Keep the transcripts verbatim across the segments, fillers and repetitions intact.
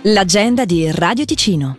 L'agenda di Radio Ticino.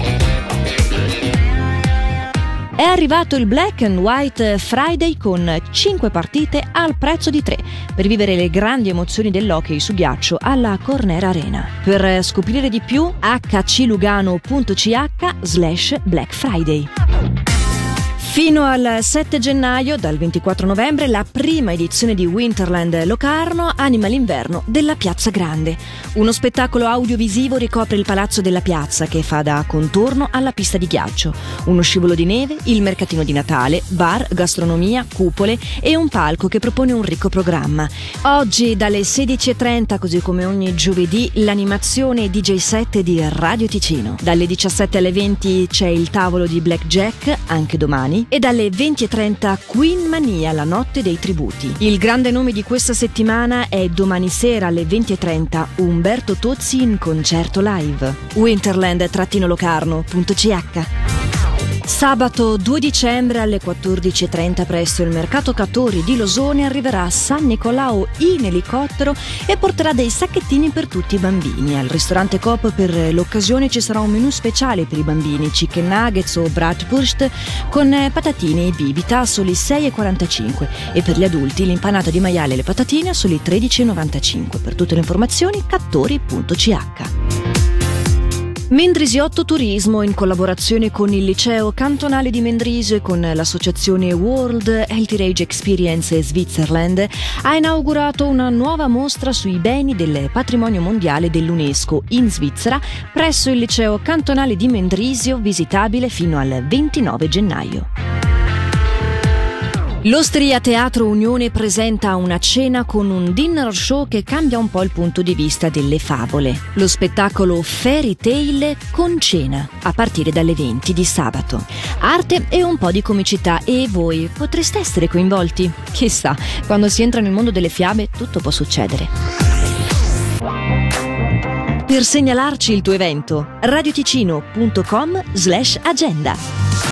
È arrivato il Black and White Friday con cinque partite al prezzo di tre per vivere le grandi emozioni dell'hockey su ghiaccio alla Corner Arena. Per scoprire di più, hclugano.ch slash Black Friday. Fino al sette gennaio, dal ventiquattro novembre, la prima edizione di Winterland Locarno anima l'inverno della Piazza Grande. Uno spettacolo audiovisivo ricopre il palazzo della piazza che fa da contorno alla pista di ghiaccio. Uno scivolo di neve, il mercatino di Natale, bar, gastronomia, cupole e un palco che propone un ricco programma. Oggi dalle sedici e trenta, così come ogni giovedì, l'animazione D J set di Radio Ticino. Dalle diciassette alle venti c'è il tavolo di Blackjack, anche domani. E dalle venti e trenta Queen Mania, la notte dei tributi. Il grande nome di questa settimana è domani sera alle venti e trenta Umberto Tozzi in concerto live. winterland locarno punto c h. Sabato due dicembre alle quattordici e trenta presso il Mercato Cattori di Losone arriverà San Nicolao in elicottero e porterà dei sacchettini per tutti i bambini. Al ristorante Coop per l'occasione ci sarà un menù speciale per i bambini, chicken nuggets o bratwurst con patatine e bibita a soli sei e quarantacinque e per gli adulti l'impanata di maiale e le patatine a soli tredici e novantacinque. Per tutte le informazioni cattori punto c h. Mendrisiotto Turismo, in collaborazione con il Liceo Cantonale di Mendrisio e con l'associazione World Heritage Experience Switzerland, ha inaugurato una nuova mostra sui beni del patrimonio mondiale dell'UNESCO in Svizzera presso il Liceo Cantonale di Mendrisio, visitabile fino al ventinove gennaio. L'Osteria Teatro Unione presenta una cena con un dinner show che cambia un po' il punto di vista delle favole. Lo spettacolo Fairy Tale con cena, a partire dalle venti di sabato. Arte e un po' di comicità, e voi potreste essere coinvolti? Chissà, quando si entra nel mondo delle fiabe tutto può succedere. Per segnalarci il tuo evento, radioticino punto com slash agenda.